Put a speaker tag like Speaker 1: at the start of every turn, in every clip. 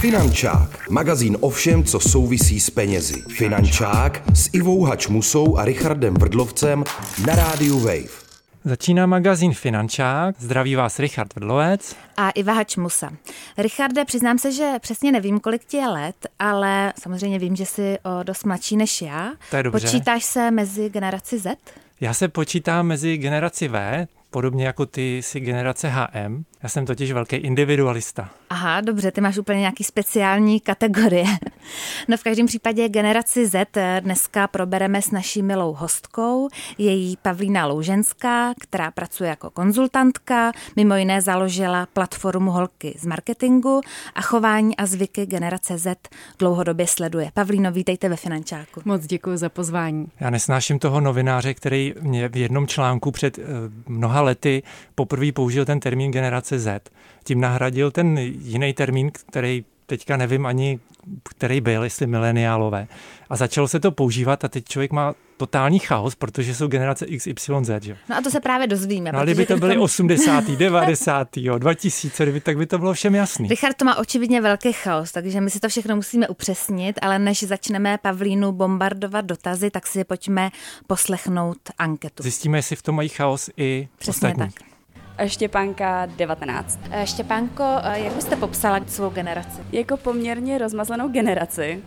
Speaker 1: Finančák, magazín o všem, co souvisí s penězi. Finančák s Ivou Hačmusou a Richardem Vrdlovcem na rádiu Wave.
Speaker 2: Začíná magazín Finančák, zdraví vás Richard Vrdlovec
Speaker 3: a Iva Hačmusa. Richarde, přiznám se, že přesně nevím, kolik ti je let, ale samozřejmě vím, že jsi o dost mladší než já.
Speaker 2: To je dobře.
Speaker 3: Počítáš se mezi generaci Z?
Speaker 2: Já se počítám mezi generaci V, podobně jako ty jsi generace HM. Já jsem totiž velký individualista.
Speaker 3: Aha, dobře, ty máš úplně nějaký speciální kategorie. No v každém případě generaci Z dneska probereme s naší milou hostkou, její Pavlína Louženská, která pracuje jako konzultantka, mimo jiné založila platformu Holky z marketingu a chování a zvyky generace Z dlouhodobě sleduje. Pavlíno, vítejte ve Finančáku.
Speaker 4: Moc děkuji za pozvání.
Speaker 2: Já nesnáším toho novináře, který mě v jednom článku před mnoha lety poprvé použil ten termín generace Z. Tím nahradil ten jiný termín, který teďka nevím ani, který byl, jestli mileniálové. A začalo se to používat a teď člověk má totální chaos, protože jsou generace X, Y, Z. Že?
Speaker 3: No a to se právě dozvíme.
Speaker 2: No, kdyby to byly 80., 90., 2000, tak by to bylo všem jasný.
Speaker 3: Richard to má očividně velký chaos, takže my si to všechno musíme upřesnit, ale než začneme Pavlínu bombardovat dotazy, tak si pojďme poslechnout anketu.
Speaker 2: Zjistíme, jestli v tom mají chaos i
Speaker 3: přesně
Speaker 2: ostatní.
Speaker 3: Tak.
Speaker 5: Štěpánka 19.
Speaker 3: Štěpánko, jak byste popsala svou generaci?
Speaker 5: Jako poměrně rozmazlenou generaci,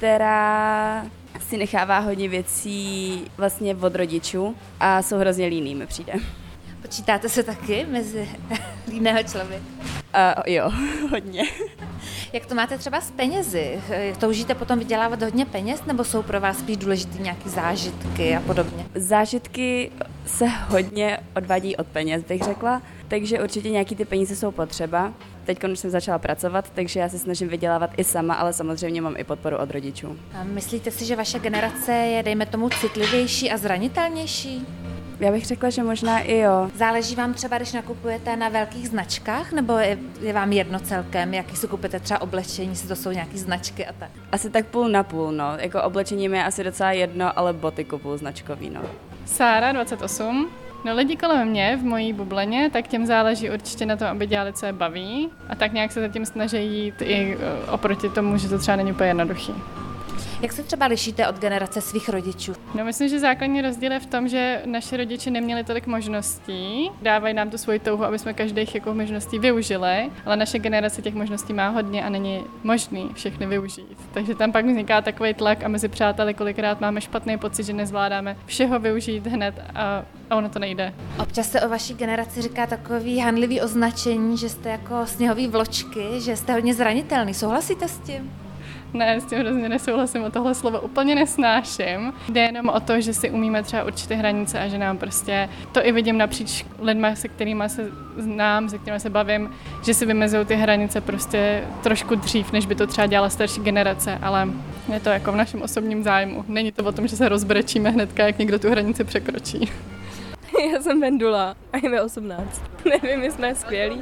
Speaker 5: která si nechává hodně věcí vlastně od rodičů a jsou hrozně líní, mi přijde.
Speaker 3: Počítáte se taky mezi líného člověka?
Speaker 5: Jo, hodně.
Speaker 3: Jak to máte třeba s penězi? Toužíte potom vydělávat hodně peněz, nebo jsou pro vás spíš důležitý nějaké zážitky a podobně?
Speaker 5: Zážitky se hodně odvadí od peněz, bych řekla, takže určitě nějaký ty peníze jsou potřeba. Teď už jsem začala pracovat, takže já se snažím vydělávat i sama, ale samozřejmě mám i podporu od rodičů.
Speaker 3: A myslíte si, že vaše generace je, dejme tomu, citlivější a zranitelnější?
Speaker 5: Já bych řekla, že možná i jo.
Speaker 3: Záleží vám třeba, když nakupujete na velkých značkách, nebo je vám jedno celkem, jaký si kupujete třeba oblečení, jestli to jsou nějaký značky a tak?
Speaker 5: Asi tak půl na půl, no. Jako oblečení mi je asi docela jedno, ale boty kupuju značkový, no.
Speaker 6: Sára, 28. No lidi kolem mě, v mojí bubleně, tak těm záleží určitě na tom, aby dělali, co je baví. A tak nějak se zatím snaží jít i oproti tomu, že to třeba není úplně jednoduchý.
Speaker 3: Jak se třeba lišíte od generace svých rodičů?
Speaker 6: No myslím, že základní rozdíl je v tom, že naši rodiče neměli tolik možností. Dávají nám tu svoji touhu, aby jsme každých jako možností využili, ale naše generace těch možností má hodně a není možný všechny využít. Takže tam pak vzniká takový tlak a mezi přáteli kolikrát máme špatný pocit, že nezvládáme všeho využít hned a ono to nejde.
Speaker 3: Občas se o vaší generaci říká takový hanlivý označení, že jste jako sněhový vločky, že jste hodně zranitelný. Souhlasíte s tím?
Speaker 6: Ne, s tím hrozně nesouhlasím a tohle slovo úplně nesnáším. Jde jenom o to, že si umíme třeba určité hranice a že nám prostě, to i vidím napříč lidma, se kterými se znám, se kterými se bavím, že si vymezují ty hranice prostě trošku dřív, než by to třeba dělala starší generace, ale je to jako v našem osobním zájmu. Není to o tom, že se rozbrečíme hnedka, jak někdo tu hranici překročí.
Speaker 7: Já jsem Vendula a je mi 18. Nevím, my jsme skvělí.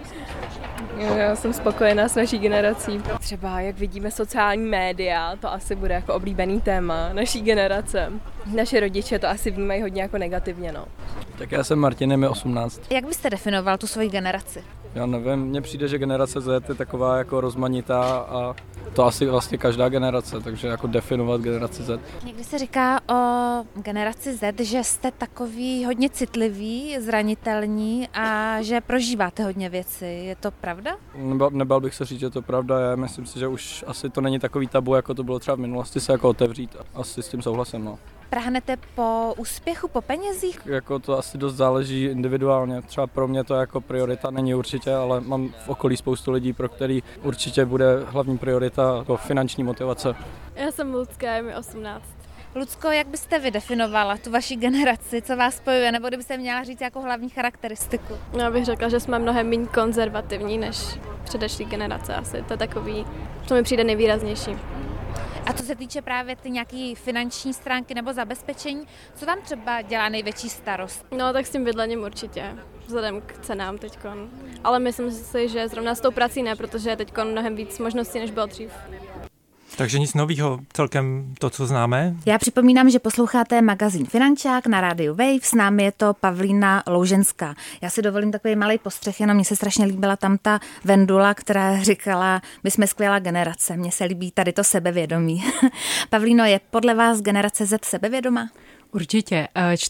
Speaker 7: Já jsem spokojená s naší generací. Třeba jak vidíme sociální média, to asi bude jako oblíbený téma naší generace. Naše rodiče to asi vnímají hodně jako negativně, no.
Speaker 8: Tak já jsem Martin, je mi 18.
Speaker 3: Jak byste definoval tu svoji generaci?
Speaker 8: Já nevím, mně přijde, že generace Z je taková jako rozmanitá a to asi vlastně každá generace, takže jako definovat generaci Z.
Speaker 3: Někdy se říká o generaci Z, že jste takový hodně citlivý, zranitelní a že prožíváte hodně věci. Je to pravda?
Speaker 8: Nebál bych se říct, že to pravda je. Myslím si, že už asi to není takový tabu, jako to bylo třeba v minulosti se jako otevřít. Asi s tím souhlasím, no.
Speaker 3: Prahnete po úspěchu, po penězích?
Speaker 8: Jako to asi dost záleží individuálně. Třeba pro mě to jako priorita není určitě, ale mám v okolí spoustu lidí, pro který určitě bude hlavní priorita jako finanční motivace.
Speaker 7: Já jsem Lucka, je mi 18.
Speaker 3: Lucko, jak byste vy definovala tu vaši generaci, co vás spojuje, nebo kdybyste měla říct jako hlavní charakteristiku?
Speaker 7: Já bych řekla, že jsme mnohem méně konzervativní než předešlý generace asi. To je takový, co mi přijde nejvýraznější.
Speaker 3: A co se týče právě ty nějaký finanční stránky nebo zabezpečení, co vám třeba dělá největší starost?
Speaker 7: No tak s tím bydlením určitě, vzhledem k cenám teďkon. Ale myslím si, že zrovna s tou prací ne, protože je teďkon mnohem víc možností, než bylo dřív.
Speaker 2: Takže nic nového, celkem to, co známe.
Speaker 3: Já připomínám, že posloucháte magazín Finančák na rádiu Wave, s námi je to Pavlína Loujenská. Já si dovolím takový malý postřeh, jenom mně se strašně líbila tam ta Vendula, která říkala, my jsme skvělá generace, mně se líbí tady to sebevědomí. Pavlíno, je podle vás generace Z sebevědomá?
Speaker 4: Určitě.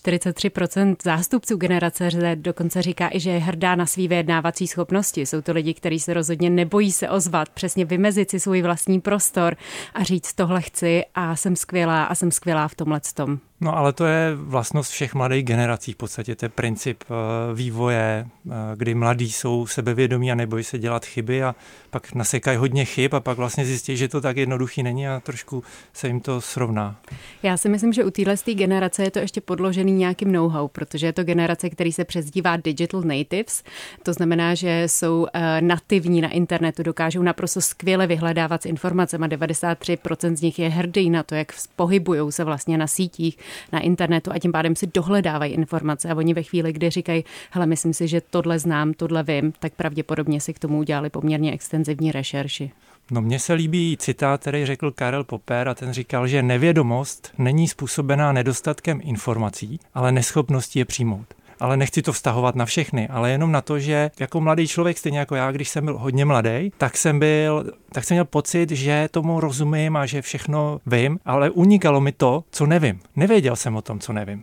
Speaker 4: 43% zástupců generace Z dokonce říká i, že je hrdá na svý vyjednávací schopnosti. Jsou to lidi, kteří se rozhodně nebojí se ozvat, přesně vymezit si svůj vlastní prostor a říct, tohle chci a jsem skvělá v tomhletom.
Speaker 2: No ale to je vlastnost všech mladých generací, v podstatě to je princip vývoje, kdy mladí jsou sebevědomí a nebojí se dělat chyby a pak nasekají hodně chyb a pak vlastně zjistí, že to tak jednoduchý není a trošku se jim to srovná.
Speaker 4: Já si myslím, že u téhle generace je to ještě podložený nějakým know-how, protože je to generace, který se přezdívá digital natives, to znamená, že jsou nativní na internetu, dokážou naprosto skvěle vyhledávat s informacemi, 93% z nich je hrdý na to, jak pohybujou se vlastně na sítích, na internetu a tím pádem si dohledávají informace a oni ve chvíli, kdy říkají, hele, myslím si, že tohle znám, tohle vím, tak pravděpodobně si k tomu udělali poměrně extenzivní rešerši.
Speaker 2: No mně se líbí citát, který řekl Karel Popper a ten říkal, že nevědomost není způsobená nedostatkem informací, ale neschopností je přijmout. Ale nechci to vztahovat na všechny, ale jenom na to, že jako mladý člověk, stejně jako já, když jsem byl hodně mladý, tak jsem měl pocit, že tomu rozumím a že všechno vím, ale unikalo mi to, co nevím. Nevěděl jsem o tom, co nevím.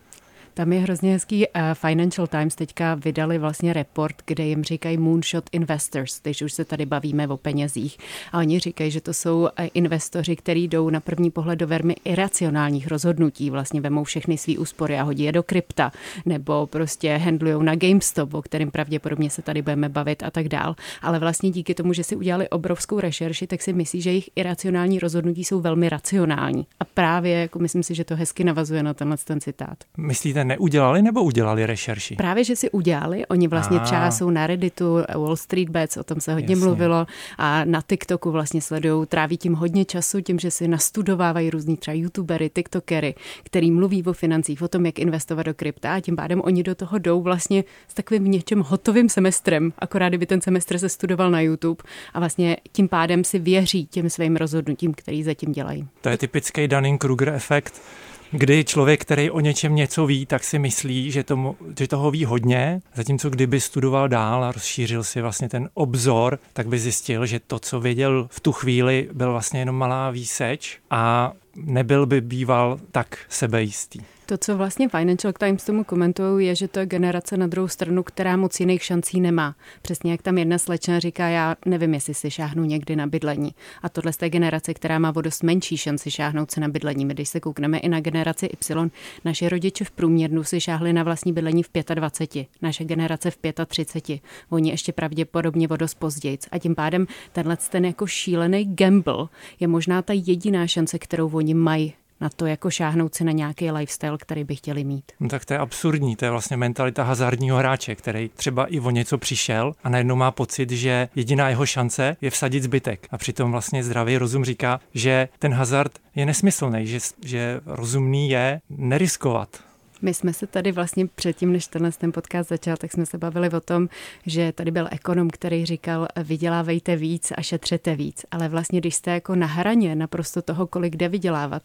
Speaker 4: Tam je hrozně hezký. Financial Times teďka vydali vlastně report, kde jim říkají moonshot investors, když už se tady bavíme o penězích. A oni říkají, že to jsou investoři, kteří jdou na první pohled do velmi iracionálních rozhodnutí, vlastně vemou všechny svý úspory a hodí je do krypta, nebo prostě handlujou na GameStop, o kterým pravděpodobně se tady budeme bavit a tak dál. Ale vlastně díky tomu, že si udělali obrovskou rešerši, tak si myslí, že jejich iracionální rozhodnutí jsou velmi racionální. A právě jako myslím si, že to hezky navazuje na ten citát.
Speaker 2: Myslíte, neudělali nebo udělali rešerši?
Speaker 4: Právě, že si udělali. Oni vlastně třeba jsou na Redditu, Wall Street Bets, o tom se hodně mluvilo a na TikToku vlastně sledujou, tráví tím hodně času, tím, že si nastudovávají různý třeba youtubery, tiktokery, který mluví o financích, o tom, jak investovat do krypta a tím pádem oni do toho jdou vlastně s takovým něčem hotovým semestrem, akorát kdyby ten semestr se studoval na YouTube a vlastně tím pádem si věří těm svým rozhodnutím, který zatím dělají.
Speaker 2: To je typický Dunning-Kruger efekt, kdy člověk, který o něčem něco ví, tak si myslí, že toho ví hodně, zatímco kdyby studoval dál a rozšířil si vlastně ten obzor, tak by zjistil, že to, co věděl v tu chvíli, byl vlastně jenom malá výseč a nebyl by býval tak sebejistý.
Speaker 4: To, co vlastně Financial Times tomu komentují, je, že to je generace na druhou stranu, která moc jiných šancí nemá. Přesně jak tam jedna slečna říká, já nevím, jestli si šáhnu někdy na bydlení. A tohle je generace, která má o dost menší šanci šáhnout se na bydlení. Když se koukneme i na generaci Y, naše rodiče v průměru si šáhli na vlastní bydlení v 25, naše generace v 35. Oni ještě pravděpodobně o dost později. A tím pádem ten jako šílený gamble je možná ta jediná šance, kterou oni mají na to, jako šáhnout si na nějaký lifestyle, který by chtěli mít.
Speaker 2: No tak to je absurdní, to je vlastně mentalita hazardního hráče, který třeba i o něco přišel a najednou má pocit, že jediná jeho šance je vsadit zbytek. A přitom vlastně zdravý rozum říká, že ten hazard je nesmyslný, že rozumný je neriskovat.
Speaker 4: My jsme se tady vlastně předtím, než ten podcast začal, tak jsme se bavili o tom, že tady byl ekonom, který říkal, vydělávejte víc a šetřete víc. Ale vlastně, když jste jako na hraně naprosto toho, kolik jde vydělávat,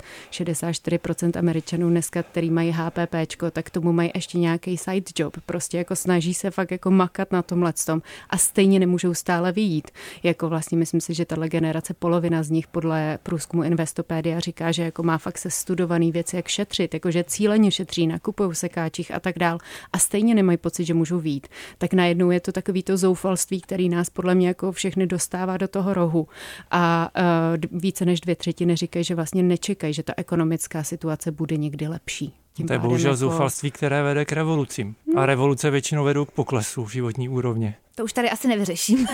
Speaker 4: 64% Američanů dneska, který mají HPPčko, tak tomu mají ještě nějaký side job. Prostě jako snaží se fakt jako makat na tomhletom a stejně nemůžou stále vyjít. Jako vlastně myslím si, že tahle generace, polovina z nich podle průzkumu Investopedia říká, že jako má fakt se studovaný věci, jak šetřit, jakože cíleně šetří, kupují v sekáčích a tak dál a stejně nemají pocit, že můžou vyjít. Tak najednou je to takový to zoufalství, který nás podle mě jako všechny dostává do toho rohu. A více než 2/3 říkají, že vlastně nečekají, že ta ekonomická situace bude někdy lepší.
Speaker 2: To je bohužel zoufalství, které vede k revolucím. A revoluce většinou vedou k poklesu životní úrovně.
Speaker 3: To už tady asi nevyřeším.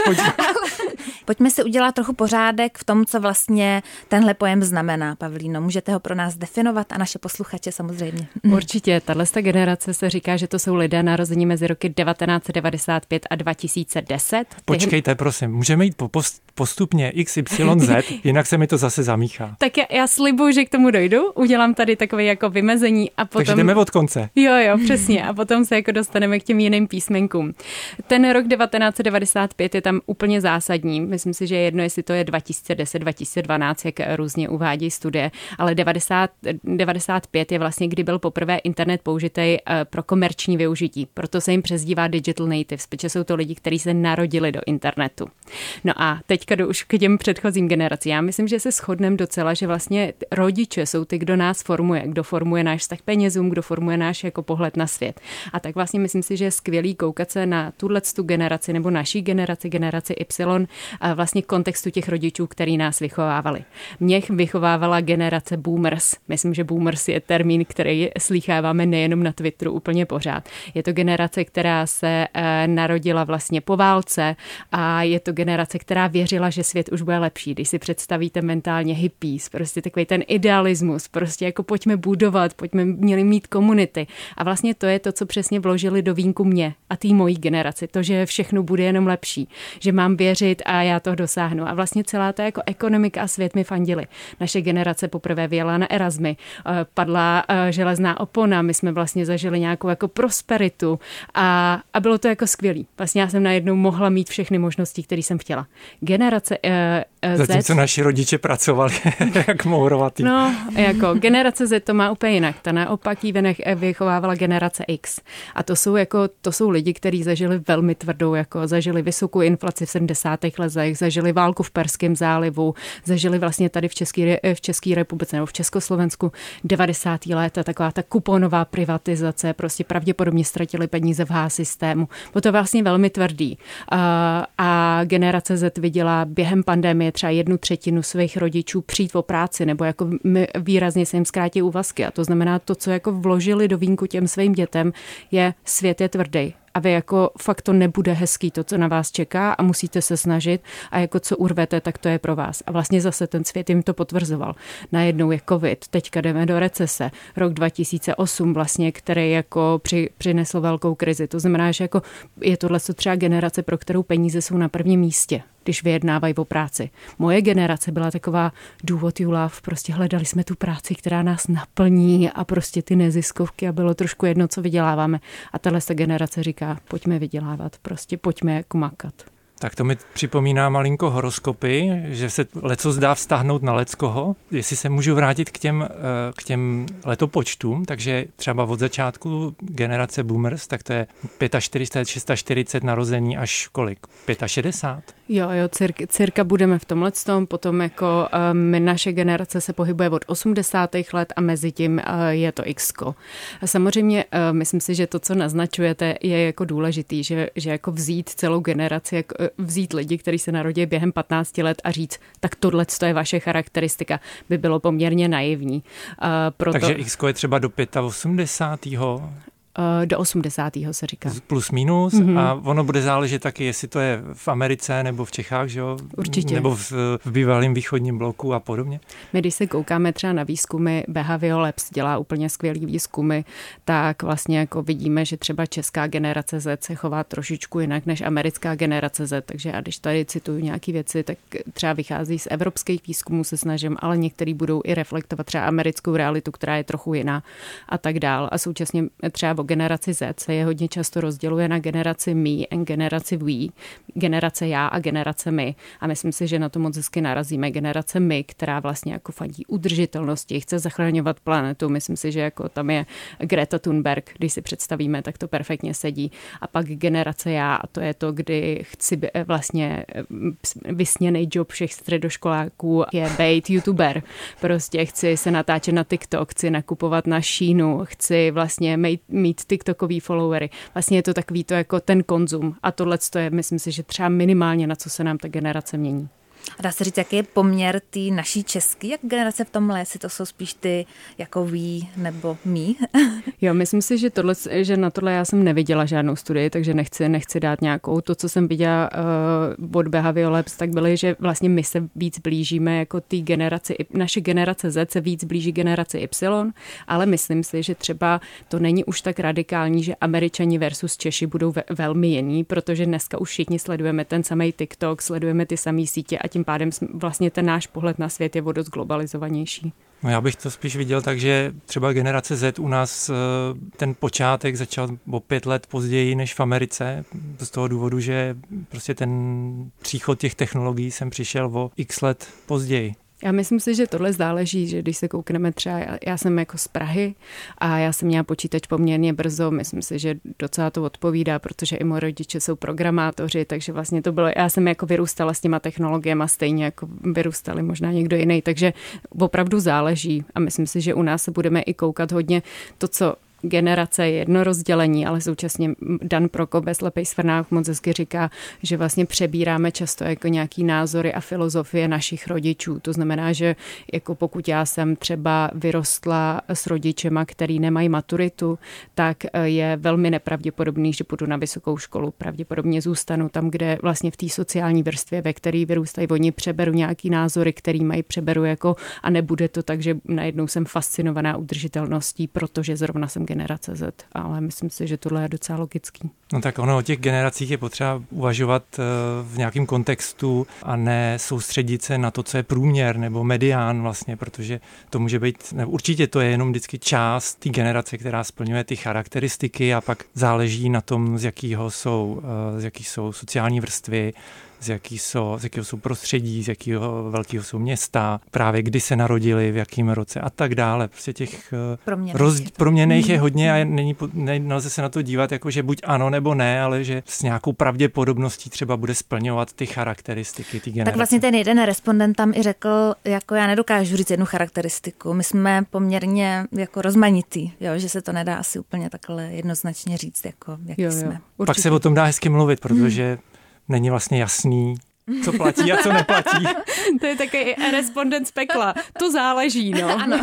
Speaker 3: Pojďme si udělat trochu pořádek v tom, co vlastně tenhle pojem znamená, Pavlíno. Můžete ho pro nás definovat a naše posluchače samozřejmě.
Speaker 4: Určitě. Tato generace se říká, že to jsou lidé narození mezi roky 1995 a 2010.
Speaker 2: Počkejte, prosím, můžeme jít postupně XYZ, jinak se mi to zase zamíchá.
Speaker 4: Tak já slibuju, že k tomu dojdu. Udělám tady takové jako vymezení a potom...
Speaker 2: Takže jdeme od konce.
Speaker 4: Jo, přesně. A potom se jako dostaneme k těm jiným písmenkům. Ten rok 1995 je tam úplně zásadní. Myslím si, že jedno, jestli to je 2010, 2012, jak různě uvádí studie, ale 95 je vlastně, kdy byl poprvé internet použitý pro komerční využití. Proto se jim přezdívá digital natives, protože jsou to lidi, kteří se narodili do internetu. No a teďka jdu už k těm předchozím generacím. Já myslím, že se shodneme docela, že vlastně rodiče jsou ty, kdo nás formuje, kdo formuje náš vztah penězům, kdo formuje náš jako pohled na svět. A tak vlastně myslím si, že je skvělý koukat se na tuhletu generaci nebo naší generaci Y, vlastně kontextu těch rodičů, který nás vychovávali. Mě vychovávala generace boomers. Myslím, že boomers je termín, který slýcháváme nejenom na Twitteru úplně pořád. Je to generace, která se narodila vlastně po válce a je to generace, která věřila, že svět už bude lepší. Když si představíte mentálně hippies, prostě takový ten idealismus, prostě jako pojďme budovat, pojďme měli mít komunity. A vlastně to je to, co přesně vložili do vínku mě a té mojí generaci. To, že všechno bude jenom lepší, že mám věřit a já to dosáhnu. A vlastně celá ta jako ekonomika a svět mi fandili. Naše generace poprvé vyjela na Erasmy, padla železná opona, my jsme vlastně zažili nějakou jako prosperitu a bylo to jako skvělý. Vlastně já jsem najednou mohla mít všechny možnosti, které jsem chtěla. Generace
Speaker 2: Zatímco naši rodiče pracovali jak mourovatý.
Speaker 4: No, jako generace Z to má úplně jinak. Ta naopak jí vychovávala generace X. A to jsou lidi, kteří zažili velmi tvrdou, jako zažili vysokou inflaci v 70. letech, zažili válku v Perském zálivu, zažili vlastně tady v České republice nebo v Československu 90. léta, taková ta kuponová privatizace, prostě pravděpodobně ztratili peníze v H-systému. Bylo to vlastně velmi tvrdý. A generace Z viděla během pandemie třeba 1/3 svých rodičů přijít o práci, nebo jako výrazně se jim zkrátí úvazky. A to znamená, to, co jako vložili do vínku těm svým dětem, je svět je tvrdý. A vy jako fakt to nebude hezký, to, co na vás čeká a musíte se snažit a jako co urvete, tak to je pro vás. A vlastně zase ten svět jim to potvrzoval. Najednou je covid, teďka jdeme do recese. Rok 2008 vlastně, který jako přinesl velkou krizi. To znamená, že jako je tohle třeba generace, pro kterou peníze jsou na prvním místě, když vyjednávají o práci. Moje generace byla taková do what you love, prostě hledali jsme tu práci, která nás naplní a prostě ty neziskovky a bylo trošku jedno, co vyděláváme. A tahle generace říká, pojďme vydělávat, prostě pojďme jako makat.
Speaker 2: Tak to mi připomíná malinko horoskopy, že se leco zdá vztahnout na leckoho. Jestli se můžu vrátit k těm letopočtům, takže třeba od začátku generace boomers, tak to je 45, 46 narození až kolik? 65?
Speaker 4: Jo, cirka budeme v tomhletom, potom jako naše generace se pohybuje od 80. let a mezi tím je to X-ko. A samozřejmě myslím si, že to, co naznačujete, je jako důležitý, že jako vzít celou generaci, jako vzít lidi, kteří se narodí během 15 let a říct, tak tohle je vaše charakteristika, by bylo poměrně naivní.
Speaker 2: Takže X-ko je třeba do 85.
Speaker 4: Do 80. se říká.
Speaker 2: Plus minus a ono bude záležet taky, jestli to je v Americe nebo v Čechách, že jo?
Speaker 4: Určitě.
Speaker 2: Nebo v bývalém východním bloku a podobně.
Speaker 4: My, když se koukáme třeba na výzkumy, Behavioral Labs dělá úplně skvělý výzkumy, tak vlastně jako vidíme, že třeba česká generace Z se chová trošičku jinak než americká generace Z, takže a když tady cituju nějaké věci, tak třeba vychází z evropských výzkumů, se snažím, ale některý budou i reflektovat třeba americkou realitu, která je trochu jiná a tak dál. A současně třeba o generaci Z se je hodně často rozděluje na generaci me a generaci we, generace já a generace my. A myslím si, že na to moc hezky narazíme. Generace my, která vlastně jako fandí udržitelnosti, chce zachraňovat planetu. Myslím si, že jako tam je Greta Thunberg, když si představíme, tak to perfektně sedí. A pak generace já, a to je to, kdy chci vlastně vysněný job všech středoškoláků je být youtuber. Prostě chci se natáčet na TikTok, chci nakupovat na Sheinu, chci vlastně mít TikTokový followery. Vlastně je to takový to jako ten konzum. A tohle je, myslím si, že třeba minimálně na co se nám ta generace mění.
Speaker 3: A dá se říct, jaký je poměr té naší české jak generace v tomhle, jestli to jsou spíš ty jako we nebo me?
Speaker 4: Jo, myslím si, že na tohle já jsem neviděla žádnou studii, takže nechci dát nějakou. To, co jsem viděla od Behavioral Labs, tak byly, že vlastně my se víc blížíme jako té generaci, naše generace Z se víc blíží generaci Y, ale myslím si, že třeba to není už tak radikální, že Američani versus Češi budou velmi jiní, protože dneska už všichni sledujeme ten samý TikTok, sledujeme ty samé sítě a tím pádem vlastně ten náš pohled na svět je o dost globalizovanější.
Speaker 2: No já bych to spíš viděl tak, že třeba generace Z u nás ten počátek začal o 5 let později než v Americe, z toho důvodu, že prostě ten příchod těch technologií sem přišel o x let později.
Speaker 4: Já myslím si, že tohle záleží, že když se koukneme třeba, já jsem jako z Prahy a já jsem měla počítač poměrně brzo, myslím si, že docela to odpovídá, protože i moji rodiče jsou programátoři, takže vlastně to bylo, já jsem jako vyrůstala s těma technologiemi stejně jako vyrůstali možná někdo jiný, takže opravdu záleží a myslím si, že u nás se budeme i koukat hodně to, co generace je jedno rozdělení, ale současně Dan Prokop ve Slepej svrnách moc hezky říká, že vlastně přebíráme často jako nějaký názory a filozofie našich rodičů. To znamená, že jako pokud já jsem třeba vyrostla s rodičema, který nemají maturitu, tak je velmi nepravděpodobný, že půjdu na vysokou školu. Pravděpodobně zůstanu tam, kde vlastně v té sociální vrstvě, ve které vyrůstají oni, přeberu nějaký názory, který mají, přeberu jako a nebude to tak, že najednou jsem fascinovaná udržitelností, protože zrovna jsem generace Z, ale myslím si, že tohle je docela logický.
Speaker 2: No tak ono o těch generacích je potřeba uvažovat v nějakém kontextu a ne soustředit se na to, co je průměr nebo medián vlastně, protože to může být, určitě to je jenom vždycky část té generace, která splňuje ty charakteristiky a pak záleží na tom, z jakého jsou sociální vrstvy, z jakého jsou prostředí, z jakého velkého jsou města, právě kdy se narodili, v jakém roce a tak dále. Prostě těch proměnných je hodně a nelze se na to dívat jako, že buď ano nebo ne, ale že s nějakou pravděpodobností třeba bude splňovat ty charakteristiky té generace.
Speaker 3: Tak vlastně ten jeden respondent tam i řekl, jako já nedokážu říct jednu charakteristiku. My jsme poměrně jako rozmanitý, jo, že se to nedá asi úplně takhle jednoznačně říct, jako jaký jsme.
Speaker 4: Určitě.
Speaker 2: Pak se o tom dá hezky mluvit, protože není vlastně jasný, co platí a co neplatí.
Speaker 4: To je takový respondent z pekla. To záleží, no.
Speaker 3: Ano.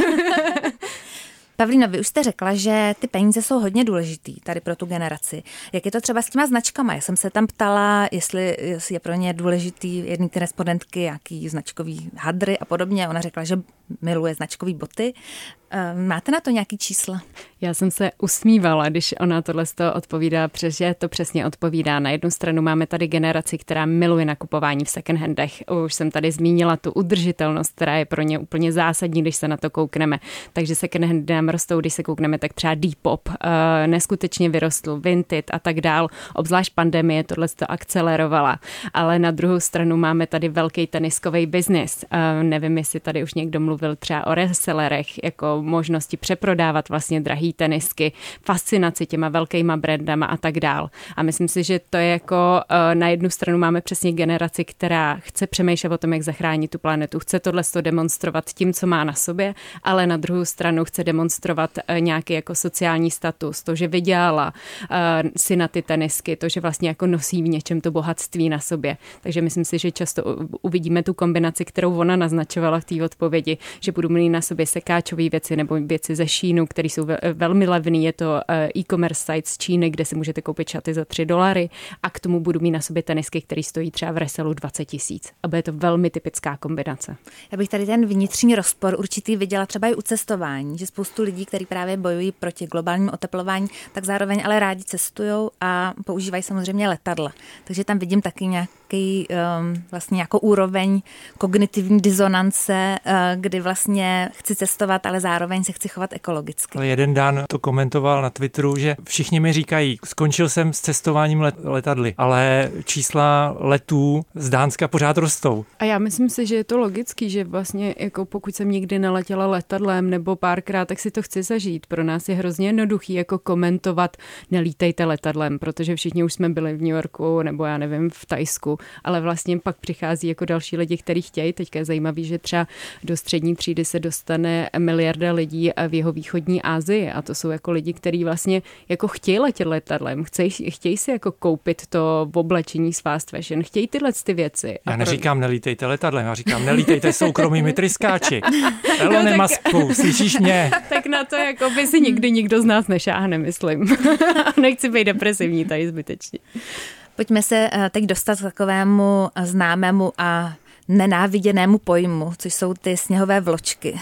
Speaker 3: Pavlíno, vy už jste řekla, že ty peníze jsou hodně důležitý tady pro tu generaci. Jak je to třeba s těma značkama? Já jsem se tam ptala, jestli je pro ně důležitý jedný ty respondentky, jaký značkový hadry a podobně. Ona řekla, že miluje značkový boty. Máte na to nějaký čísla?
Speaker 4: Já jsem se usmívala, když ona tohle odpovídá, protože to přesně odpovídá. Na jednu stranu máme tady generaci, která miluje nakupování v second handech. Už jsem tady zmínila tu udržitelnost, která je pro ně úplně zásadní, když se na to koukneme. Takže second handy nám rostou, když se koukneme, tak třeba Depop neskutečně vyrostl, Vinted a tak dál. Obzvlášť pandemie tohle to akcelerovala. Ale na druhou stranu máme tady velký teniskový biznis. Nevím, jestli tady už někdo mluvil třeba o resellerech, jako možnosti přeprodávat vlastně drahý tenisky, fascinaci těma velkýma brandama a tak dál. A myslím si, že to je jako na jednu stranu máme přesně generaci, která chce přemýšlet o tom, jak zachránit tu planetu. Chce tohle demonstrovat tím, co má na sobě, ale na druhou stranu chce demonstrovat nějaký jako sociální status, to, že vydělala si na ty tenisky, to, že vlastně jako nosí v něčem to bohatství na sobě. Takže myslím si, že často uvidíme tu kombinaci, kterou ona naznačovala v té odpovědi, že budu mít na sobě sekáčové věci nebo věci ze Číny, které jsou velmi levný. Je to e-commerce site z Číny, kde si můžete koupit šaty za $3 a k tomu budu mít na sobě tenisky, které stojí třeba v reselu 20 000. A bude to velmi typická kombinace.
Speaker 3: Já bych tady ten vnitřní rozpor určitý viděla třeba i u cestování, že spoustu lidí, kteří právě bojují proti globálnímu oteplování, tak zároveň ale rádi cestujou a používají samozřejmě letadla. Takže tam vidím taky nějaký vlastně jako úroveň kognitivní disonance, kdy vlastně chci cestovat, ale zároveň se chci chovat ekologicky.
Speaker 2: Ale jeden Dan to komentoval na Twitteru, že všichni mi říkají, skončil jsem s cestováním letadly, ale čísla letů z Dánska pořád rostou.
Speaker 4: A já myslím si, že je to logický, že vlastně jako pokud jsem nikdy neletěla letadlem nebo párkrát, tak si to chci zažít. Pro nás je hrozně jednoduchý jako komentovat, nelítejte letadlem, protože všichni už jsme byli v New Yorku nebo já nevím v Thajsku, ale vlastně pak přichází jako další lidi, kteří chtějí. Teďka je zajímavý, že třeba do střední třídy se dostane miliarda lidí v jeho východní Asii a to jsou jako lidi, kteří vlastně jako chtějí letět letadlem, chtějí si jako koupit to v oblečení z fast fashion, chtějí tyhle ty věci.
Speaker 2: Já neříkám nelítejte letadlem, já říkám nelítejte soukromými tryskáči. Elone Musku, slyšíš mě?
Speaker 4: Tak na to jako by si nikdy nikdo z nás nešáhne, myslím. Nechci být depresivní tady zbytečně.
Speaker 3: Pojďme se teď dostat k takovému známému a nenáviděnému pojmu, což jsou ty sněhové vločky.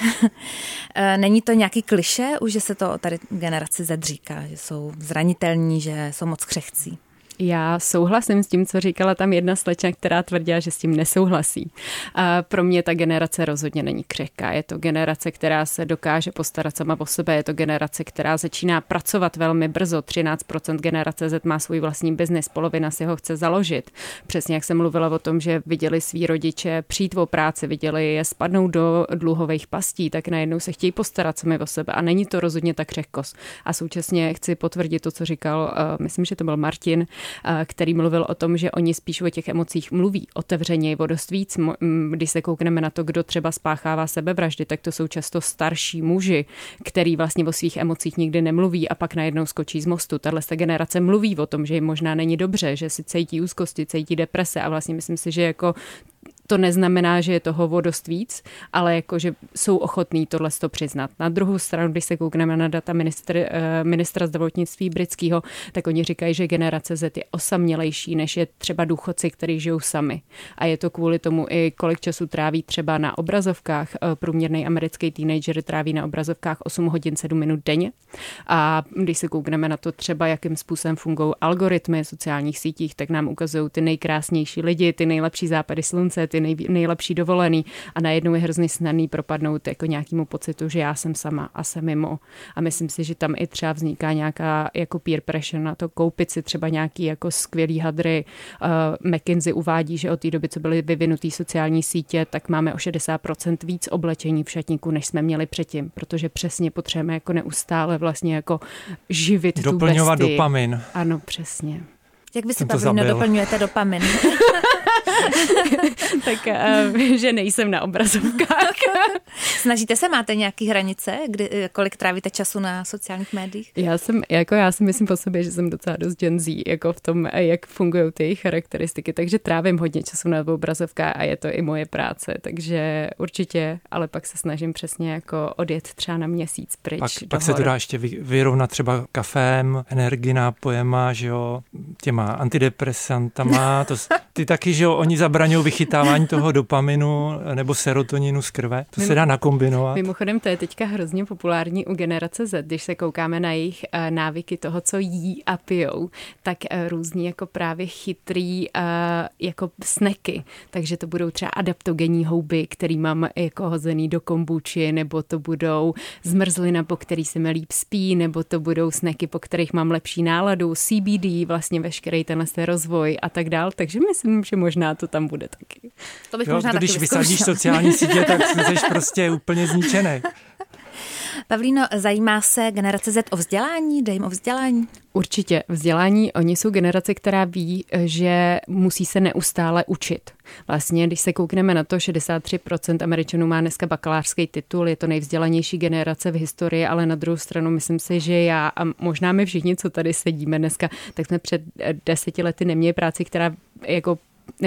Speaker 3: Není to nějaký klišé, už že se to tady generaci Z říká, že jsou zranitelní, že jsou moc křehcí?
Speaker 4: Já souhlasím s tím, co říkala tam jedna slečna, která tvrdila, že s tím nesouhlasí. A pro mě ta generace rozhodně není křehká. Je to generace, která se dokáže postarat sama o sebe. Je to generace, která začíná pracovat velmi brzo. 13% generace Z má svůj vlastní biznis, polovina si ho chce založit. Přesně jak jsem mluvila o tom, že viděli svý rodiče přijít o práci, viděli je spadnout do dluhových pastí, tak najednou se chtějí postarat sami o sebe. A není to rozhodně ta křehkost. A současně chci potvrdit to, co říkal, myslím, že to byl Martin, který mluvil o tom, že oni spíš o těch emocích mluví otevřeně o dost víc. Když se koukneme na to, kdo třeba spáchává sebevraždy, tak to jsou často starší muži, který vlastně o svých emocích nikdy nemluví a pak najednou skočí z mostu. Tahle generace mluví o tom, že jim možná není dobře, že si cítí úzkosti, cítí deprese a vlastně myslím si, že jako to neznamená, že je toho o dost víc, ale jako, že jsou ochotní tohle přiznat. Na druhou stranu, když se koukneme na data ministra zdravotnictví britského, tak oni říkají, že generace Z je osamělejší, než je třeba důchodci, kteří žijou sami. A je to kvůli tomu i kolik času tráví třeba na obrazovkách. Průměrný americký teenager tráví na obrazovkách 8 hodin 7 minut denně. A když se koukneme na to třeba, jakým způsobem fungují algoritmy sociálních sítích, tak nám ukazují ty nejkrásnější lidi, ty nejlepší západy slunce, ty nejlepší dovolený a najednou je hrozně snadný propadnout jako nějakému pocitu, že já jsem sama a jsem mimo. A myslím si, že tam i třeba vzniká nějaká jako peer pressure na to koupit si třeba nějaký jako skvělý hadry. McKinsey uvádí, že od té doby, co byly vyvinutý sociální sítě, tak máme o 60% víc oblečení v šatníku, než jsme měli předtím, protože přesně potřebujeme jako neustále vlastně jako živit tu bestii.
Speaker 2: Doplňovat dopamin.
Speaker 4: Ano, přesně.
Speaker 3: Jak vy si, Pavlíno, doplňujete dopamin?
Speaker 4: Tak, že nejsem na obrazovkách.
Speaker 3: Snažíte se, máte nějaké hranice, kolik trávíte času na sociálních médiích?
Speaker 4: Já si myslím po sobě, že jsem docela dost Gen Z, jako v tom, jak fungují ty charakteristiky, takže trávím hodně času na obrazovkách a je to i moje práce, takže určitě, ale pak se snažím přesně jako odjet třeba na měsíc pryč.
Speaker 2: Pak se to dá ještě vyrovnat třeba kafem, energii nápojema, že jo, těma antidepresantama, ty taky, že jo, oni zabraňují vychytávání toho dopaminu nebo serotoninu z krve. To se dá nakombinovat.
Speaker 4: Mimochodem, to je teďka hrozně populární u generace Z, když se koukáme na jejich návyky toho, co jí a pijou, tak různí jako právě chytrý jako snacky. Takže to budou třeba adaptogenní houby, který mám jako hozený do kombuči, nebo to budou zmrzlina, po který se mi líp spí, nebo to budou snacky, po kterých mám lepší náladu, CBD, vlastně veškerý tenhle rozvoj a tak dál. Takže myslím, že možná to tam bude taky.
Speaker 3: To bych možná taky
Speaker 2: když vysadíš sociální sítě, tak jsi prostě úplně zničený.
Speaker 3: Pavlíno, zajímá se generace Z o vzdělání? Dej jim o vzdělání?
Speaker 4: Určitě. Vzdělání, oni jsou generace, která ví, že musí se neustále učit. Vlastně, když se koukneme na to, 63% Američanů má dneska bakalářský titul, je to nejvzdělanější generace v historii, ale na druhou stranu myslím si, že já a možná my všichni, co tady sedíme dneska, tak jsme před 10 lety neměli práci, která jako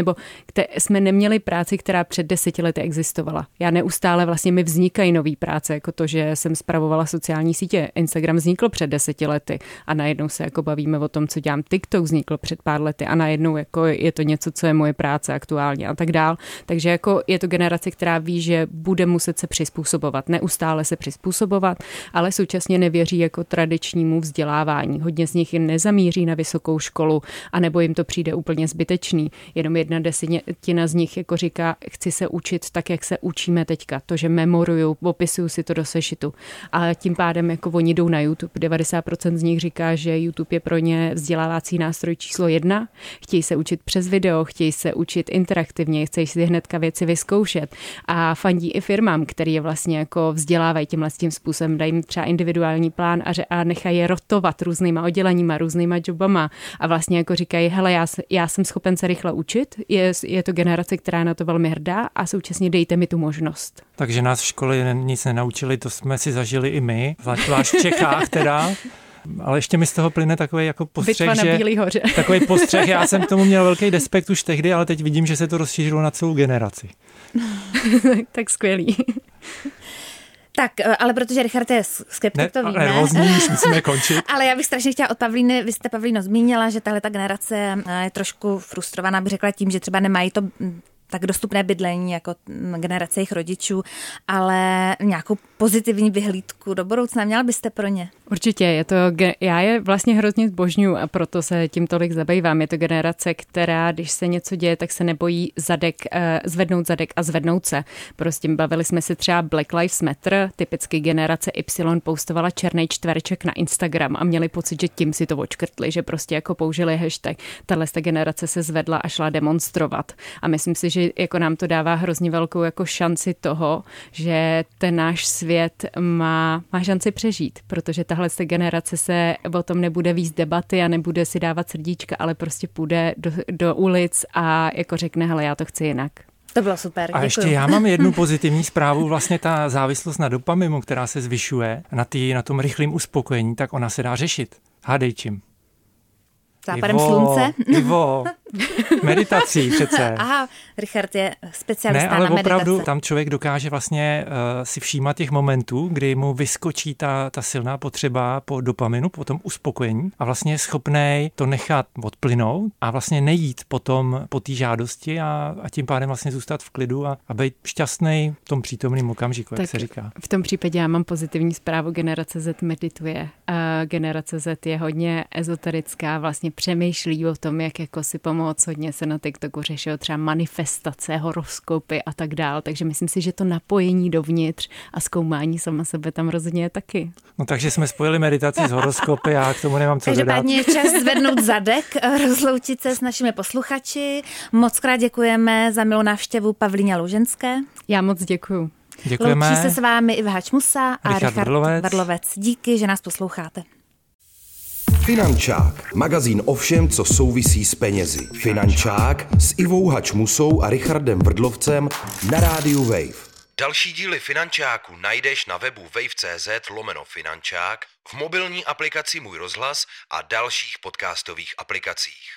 Speaker 4: jsme neměli práci, která před 10 lety existovala. Já neustále vlastně mi vznikají nový práce, jako to, že jsem spravovala sociální sítě. Instagram vznikl před 10 lety a najednou se jako bavíme o tom, co dělám. TikTok vznikl před pár lety a najednou jako je to něco, co je moje práce aktuálně a tak dál. Takže jako je to generace, která ví, že bude muset se přizpůsobovat, neustále se přizpůsobovat, ale současně nevěří jako tradičnímu vzdělávání. Hodně z nich jim nezamíří na vysokou školu, anebo jim to přijde úplně zbytečný. Jenom 1/10 z nich jako říká, chci se učit tak, jak se učíme teďka. To, že memoruju, opisuju si to do sešitu. A tím pádem jako oni jdou na YouTube. 90% z nich říká, že YouTube je pro ně vzdělávací nástroj číslo 1. Chtějí se učit přes video, chtějí se učit interaktivně, chtějí si hnedka věci vyzkoušet. A fandí i firmám, který je vlastně jako vzdělávají tímhle tím způsobem. Dají jim třeba individuální plán a nechají je rotovat různýma odděleníma, různýma jobama. A vlastně jako říkají, hele, já jsem schopen se rychle učit. Je to generace, která na to velmi hrdá a současně dejte mi tu možnost.
Speaker 2: Takže nás v škole nic nenaučili, to jsme si zažili i my, zvlášť v Čechách teda. Ale ještě mi z toho plyne takový jako postřeh,
Speaker 4: Bitva na Bílý hoře.
Speaker 2: Takový postřeh, já jsem k tomu měl velký despekt už tehdy, ale teď vidím, že se to rozšířilo na celou generaci.
Speaker 4: Tak skvělý.
Speaker 3: Tak, ale protože Richard je skeptik, to víme.
Speaker 2: Nervózní, už musíme končit.
Speaker 3: Ale já bych strašně chtěla od Pavlíny, vy jste, Pavlíno, zmínila, že tahle ta generace je trošku frustrovaná, bych řekla tím, že třeba nemají tak dostupné bydlení jako generace jejich rodičů, ale nějakou pozitivní vyhlídku do budoucna měla byste pro ně?
Speaker 4: Určitě, já je vlastně hrozně zbožňuju a proto se tím tolik zabývám. Je to generace, která, když se něco děje, tak se nebojí zvednout zadek a zvednout se. Prostě bavili jsme se třeba Black Lives Matter, typicky generace Y postovala černý čtvereček na Instagram a měli pocit, že tím si to odškrtli, že prostě jako použili hashtag. Tahle generace se zvedla a šla demonstrovat. A myslím si, že jako nám to dává hrozně velkou jako šanci toho, že ten náš svět má šanci přežít, protože tahle generace se o tom nebude víc debaty a nebude si dávat srdíčka, ale prostě půjde do ulic a jako řekne, hele, já to chci jinak.
Speaker 3: To bylo super,
Speaker 2: A ještě já mám jednu pozitivní zprávu, vlastně ta závislost na dopaminu, která se zvyšuje na tom rychlém uspokojení, tak ona se dá řešit. Hádej čím?
Speaker 3: Západem slunce?
Speaker 2: Ivo, meditací přece.
Speaker 3: Aha, Richard je specialista na meditace.
Speaker 2: Ne, ale opravdu tam člověk dokáže vlastně si všímat těch momentů, kdy mu vyskočí ta silná potřeba po dopaminu, po tom uspokojení a vlastně je schopnej to nechat odplynout a vlastně nejít potom po té žádosti a tím pádem vlastně zůstat v klidu a být šťastný v tom přítomném okamžiku, jak se říká.
Speaker 4: V tom případě já mám pozitivní zprávu, generace Z medituje. Generace Z je hodně ezoterická, vlastně přemýšlí o tom, jak jako si pomoct. Hodně se na TikToku řešilo třeba manifestace, horoskopy a tak dál. Takže myslím si, že to napojení dovnitř a zkoumání sama sebe tam rozhodně je taky.
Speaker 2: No takže jsme spojili meditaci s horoskopy, já k tomu nemám co dodat.
Speaker 3: Každopádně je čas zvednout zadek, rozloučit se s našimi posluchači. Moc krát děkujeme za milou návštěvu Pavlíně Louženské.
Speaker 4: Já moc děkuju.
Speaker 2: Děkujeme.
Speaker 3: Loučí se s vámi Iva Hačmusa a
Speaker 2: Richard
Speaker 3: Vrdlovec. Díky, že nás posloucháte.
Speaker 1: Finančák, magazín o všem, co souvisí s penězi. Finančák s Ivou Hačmusou a Richardem Vrdlovcem na rádiu Wave. Další díly Finančáku najdeš na webu wave.cz/finančák, v mobilní aplikaci Můj rozhlas a dalších podcastových aplikacích.